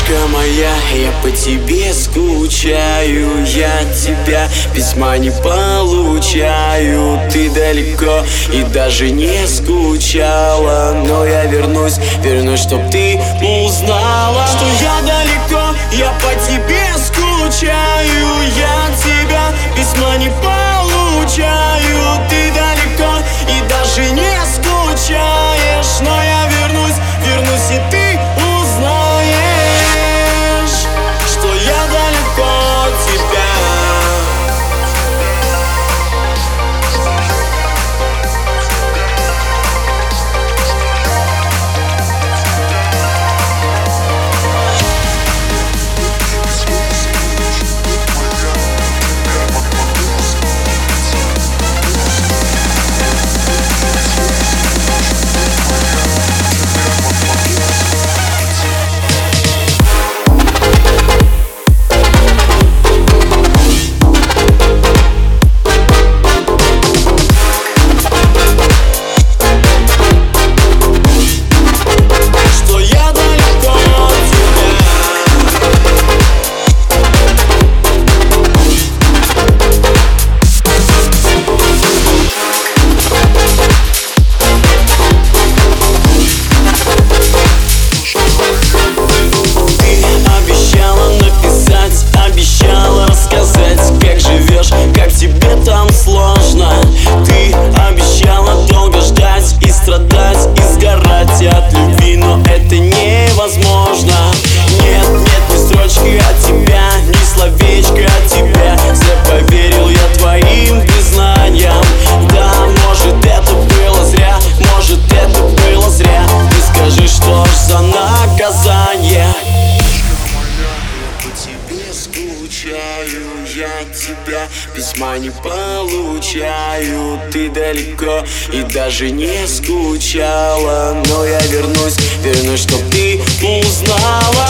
Малышка моя, я по тебе скучаю, я от тебя письма не получаю. Ты далеко и даже не скучала, но я вернусь, чтоб ты узнала, что я далеко, я по тебе скучаю, я от тебя письма не получаю. Ты далеко и даже не скучаешь, но я вернусь, и ты узнаешь, что я далеко от тебя. Я от тебя письма не получаю. Ты далеко и даже не скучала, но я вернусь, чтоб ты узнала.